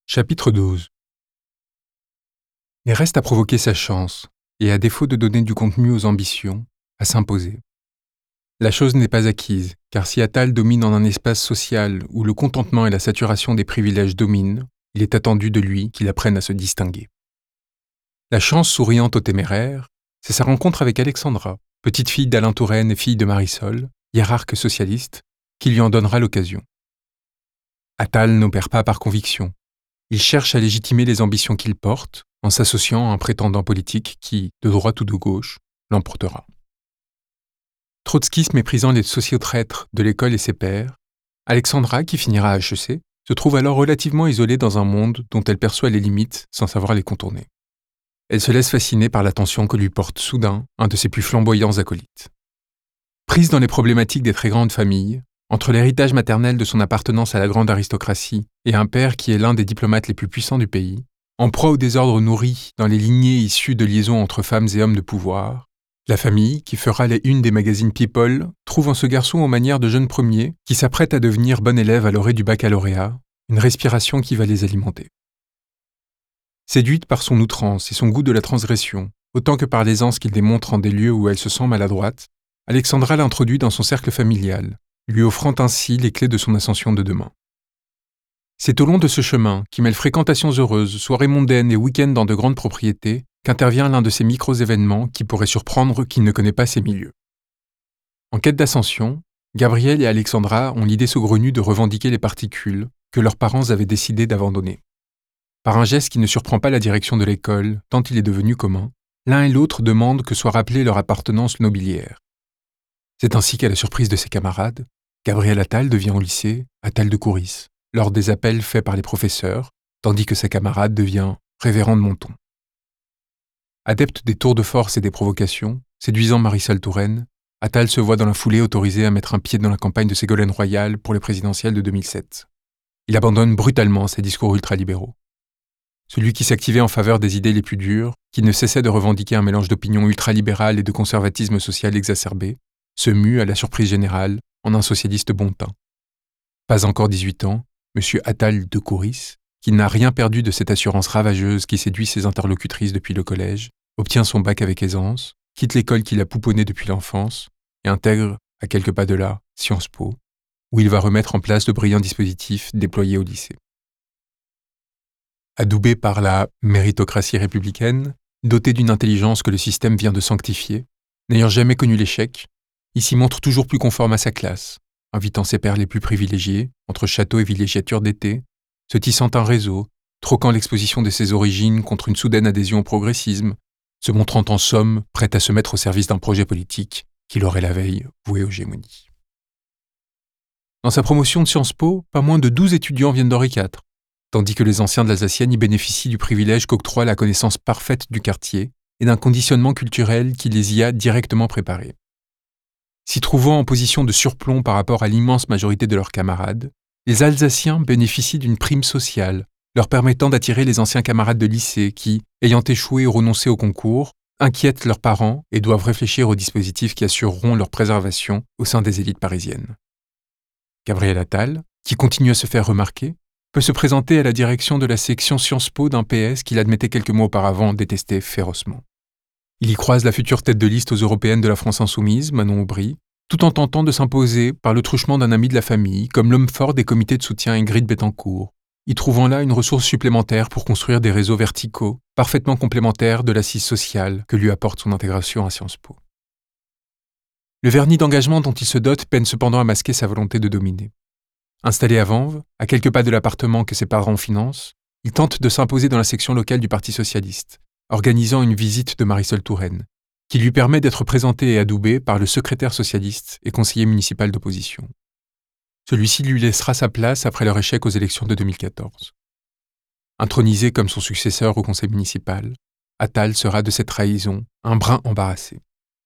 Chapitre 12. Il reste à provoquer sa chance, et à défaut de donner du contenu aux ambitions, à s'imposer. La chose n'est pas acquise, car si Attal domine en un espace social où le contentement et la saturation des privilèges dominent, il est attendu de lui qu'il apprenne à se distinguer. La chance souriante aux téméraires, c'est sa rencontre avec Alexandra, petite fille d'Alain Touraine et fille de Marisol, hiérarque socialiste, qui lui en donnera l'occasion. Attal n'opère pas par conviction. Il cherche à légitimer les ambitions qu'il porte en s'associant à un prétendant politique qui, de droite ou de gauche, l'emportera. Trotskiste méprisant les sociotraîtres de l'école et ses pairs, Alexandra, qui finira à HEC, se trouve alors relativement isolée dans un monde dont elle perçoit les limites sans savoir les contourner. Elle se laisse fasciner par l'attention que lui porte soudain un de ses plus flamboyants acolytes. Prise dans les problématiques des très grandes familles, entre l'héritage maternel de son appartenance à la grande aristocratie et un père qui est l'un des diplomates les plus puissants du pays, en proie au désordre nourri dans les lignées issues de liaisons entre femmes et hommes de pouvoir, la famille, qui fera les unes des magazines People, trouve en ce garçon aux manières de jeune premier qui s'apprête à devenir bon élève à l'orée du baccalauréat, une respiration qui va les alimenter. Séduite par son outrance et son goût de la transgression, autant que par l'aisance qu'il démontre en des lieux où elle se sent maladroite, Alexandra l'introduit dans son cercle familial, lui offrant ainsi les clés de son ascension de demain. C'est au long de ce chemin, qui mêle fréquentations heureuses, soirées mondaines et week-ends dans de grandes propriétés, qu'intervient l'un de ces micros-événements qui pourraient surprendre qui ne connaît pas ces milieux. En quête d'ascension, Gabriel et Alexandra ont l'idée saugrenue de revendiquer les particules que leurs parents avaient décidé d'abandonner. Par un geste qui ne surprend pas la direction de l'école, tant il est devenu commun, l'un et l'autre demandent que soit rappelée leur appartenance nobiliaire. C'est ainsi qu'à la surprise de ses camarades, Gabriel Attal devient au lycée Attal de Courris, lors des appels faits par les professeurs, tandis que sa camarade devient révérend de Monton. Adepte des tours de force et des provocations, séduisant Marisol Touraine, Attal se voit dans la foulée autorisé à mettre un pied dans la campagne de Ségolène Royal pour les présidentielles de 2007. Il abandonne brutalement ses discours ultralibéraux. Celui qui s'activait en faveur des idées les plus dures, qui ne cessait de revendiquer un mélange d'opinions ultralibérales et de conservatisme social exacerbé, se mue, à la surprise générale, en un socialiste bon teint. Pas encore 18 ans, M. Attal de Courris, qui n'a rien perdu de cette assurance ravageuse qui séduit ses interlocutrices depuis le collège, obtient son bac avec aisance, quitte l'école qu'il a pouponnée depuis l'enfance et intègre, à quelques pas de là, Sciences Po, où il va remettre en place le brillant dispositif déployé au lycée. Adoubé par la méritocratie républicaine, doté d'une intelligence que le système vient de sanctifier, n'ayant jamais connu l'échec, il s'y montre toujours plus conforme à sa classe, invitant ses pairs les plus privilégiés, entre châteaux et villégiatures d'été, se tissant un réseau, troquant l'exposition de ses origines contre une soudaine adhésion au progressisme, se montrant en somme prêt à se mettre au service d'un projet politique qu'il aurait la veille voué aux gémonies. Dans sa promotion de Sciences Po, pas moins de 12 étudiants viennent d'Henri IV, tandis que les anciens de l'Alsacienne y bénéficient du privilège qu'octroie la connaissance parfaite du quartier et d'un conditionnement culturel qui les y a directement préparés. S'y trouvant en position de surplomb par rapport à l'immense majorité de leurs camarades, les Alsaciens bénéficient d'une prime sociale, leur permettant d'attirer les anciens camarades de lycée qui, ayant échoué ou renoncé au concours, inquiètent leurs parents et doivent réfléchir aux dispositifs qui assureront leur préservation au sein des élites parisiennes. Gabriel Attal, qui continue à se faire remarquer, peut se présenter à la direction de la section Sciences Po d'un PS qu'il admettait quelques mois auparavant détester férocement. Il y croise la future tête de liste aux européennes de la France insoumise, Manon Aubry, tout en tentant de s'imposer par le truchement d'un ami de la famille, comme l'homme fort des comités de soutien Ingrid Betancourt, y trouvant là une ressource supplémentaire pour construire des réseaux verticaux, parfaitement complémentaires de l'assise sociale que lui apporte son intégration à Sciences Po. Le vernis d'engagement dont il se dote peine cependant à masquer sa volonté de dominer. Installé à Vanves, à quelques pas de l'appartement que ses parents financent, il tente de s'imposer dans la section locale du Parti socialiste, organisant une visite de Marisol Touraine, qui lui permet d'être présenté et adoubé par le secrétaire socialiste et conseiller municipal d'opposition. Celui-ci lui laissera sa place après leur échec aux élections de 2014. Intronisé comme son successeur au conseil municipal, Attal sera de cette trahison un brin embarrassé.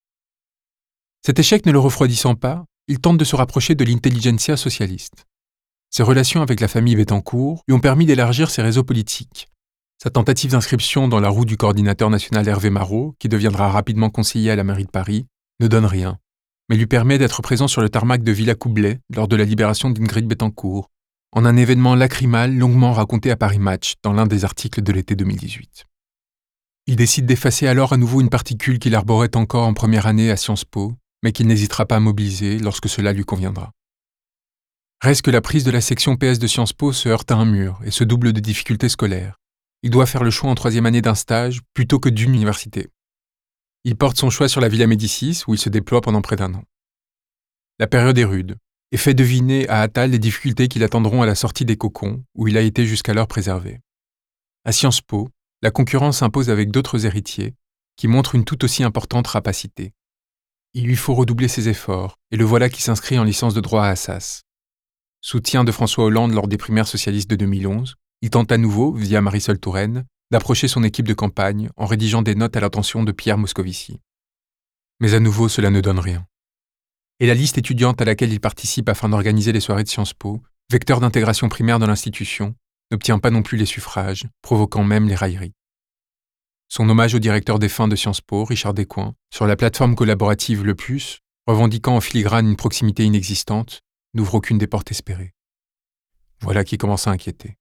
Cet échec ne le refroidissant pas, il tente de se rapprocher de l'intelligentsia socialiste. Ses relations avec la famille Bettencourt lui ont permis d'élargir ses réseaux politiques. Sa tentative d'inscription dans la roue du coordinateur national Hervé Marot, qui deviendra rapidement conseiller à la mairie de Paris, ne donne rien, mais lui permet d'être présent sur le tarmac de Villa Coublay lors de la libération d'Ingrid Betancourt, en un événement lacrymal longuement raconté à Paris Match dans l'un des articles de l'été 2018. Il décide d'effacer alors à nouveau une particule qu'il arborait encore en première année à Sciences Po, mais qu'il n'hésitera pas à mobiliser lorsque cela lui conviendra. Reste que la prise de la section PS de Sciences Po se heurte à un mur et se double de difficultés scolaires. Il doit faire le choix en troisième année d'un stage plutôt que d'une université. Il porte son choix sur la Villa Médicis où il se déploie pendant près d'1 an. La période est rude et fait deviner à Attal les difficultés qui l'attendront à la sortie des cocons où il a été jusqu'alors préservé. À Sciences Po, la concurrence s'impose avec d'autres héritiers qui montrent une tout aussi importante rapacité. Il lui faut redoubler ses efforts et le voilà qui s'inscrit en licence de droit à Assas. Soutien de François Hollande lors des primaires socialistes de 2011, il tente à nouveau, via Marisol Touraine, d'approcher son équipe de campagne en rédigeant des notes à l'attention de Pierre Moscovici. Mais à nouveau, cela ne donne rien. Et la liste étudiante à laquelle il participe afin d'organiser les soirées de Sciences Po, vecteur d'intégration primaire dans l'institution, n'obtient pas non plus les suffrages, provoquant même les railleries. Son hommage au directeur défunt de Sciences Po, Richard Descoings, sur la plateforme collaborative Le Plus, revendiquant en filigrane une proximité inexistante, n'ouvre aucune des portes espérées. Voilà qui commence à inquiéter.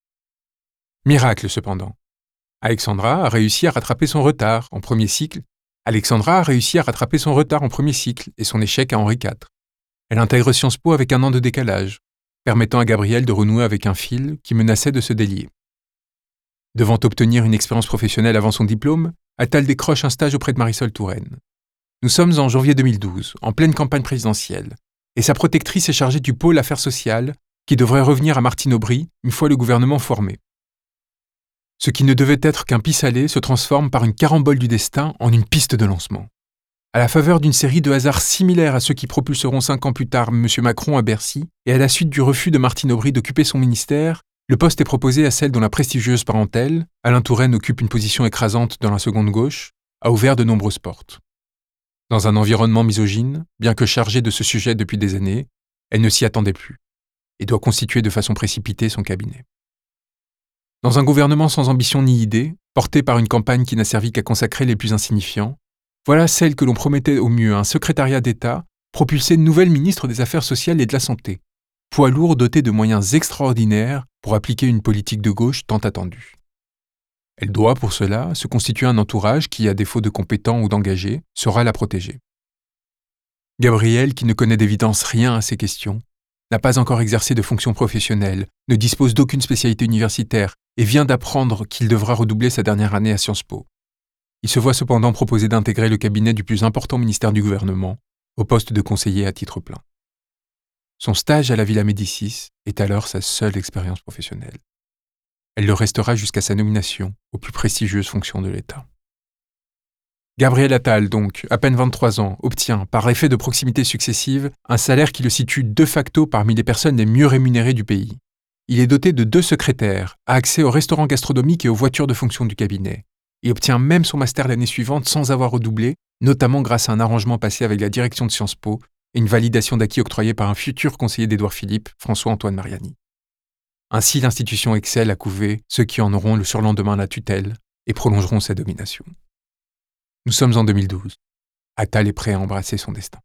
Miracle cependant. Alexandra a réussi à rattraper son retard en premier cycle. Alexandra a réussi à rattraper son retard en premier cycle et son échec à Henri IV. Elle intègre Sciences Po avec 1 an de décalage, permettant à Gabriel de renouer avec un fil qui menaçait de se délier. Devant obtenir une expérience professionnelle avant son diplôme, Attal décroche un stage auprès de Marisol Touraine. Nous sommes en janvier 2012, en pleine campagne présidentielle, et sa protectrice est chargée du pôle Affaires sociales qui devrait revenir à Martine Aubry une fois le gouvernement formé. Ce qui ne devait être qu'un pis-aller se transforme par une carambole du destin en une piste de lancement. À la faveur d'une série de hasards similaires à ceux qui propulseront 5 ans plus tard M. Macron à Bercy, et à la suite du refus de Martine Aubry d'occuper son ministère, le poste est proposé à celle dont la prestigieuse parentèle, Alain Touraine occupe une position écrasante dans la seconde gauche, a ouvert de nombreuses portes. Dans un environnement misogyne, bien que chargée de ce sujet depuis des années, elle ne s'y attendait plus, et doit constituer de façon précipitée son cabinet. Dans un gouvernement sans ambition ni idée, porté par une campagne qui n'a servi qu'à consacrer les plus insignifiants, voilà celle que l'on promettait au mieux un secrétariat d'État propulsé nouvelle ministre des Affaires sociales et de la Santé, poids lourd doté de moyens extraordinaires pour appliquer une politique de gauche tant attendue. Elle doit, pour cela, se constituer un entourage qui, à défaut de compétents ou d'engagés, saura la protéger. Gabriel, qui ne connaît d'évidence rien à ces questions, n'a pas encore exercé de fonction professionnelle, ne dispose d'aucune spécialité universitaire et vient d'apprendre qu'il devra redoubler sa dernière année à Sciences Po. Il se voit cependant proposer d'intégrer le cabinet du plus important ministère du gouvernement, au poste de conseiller à titre plein. Son stage à la Villa Médicis est alors sa seule expérience professionnelle. Elle le restera jusqu'à sa nomination aux plus prestigieuses fonctions de l'État. Gabriel Attal, donc, à peine 23 ans, obtient, par effet de proximité successive, un salaire qui le situe de facto parmi les personnes les mieux rémunérées du pays. Il est doté de 2 secrétaires, a accès aux restaurants gastronomiques et aux voitures de fonction du cabinet. Il obtient même son master l'année suivante sans avoir redoublé, notamment grâce à un arrangement passé avec la direction de Sciences Po et une validation d'acquis octroyée par un futur conseiller d'Édouard Philippe, François-Antoine Mariani. Ainsi, l'institution excelle à couver ceux qui en auront le surlendemain la tutelle et prolongeront sa domination. Nous sommes en 2012. Attal est prêt à embrasser son destin.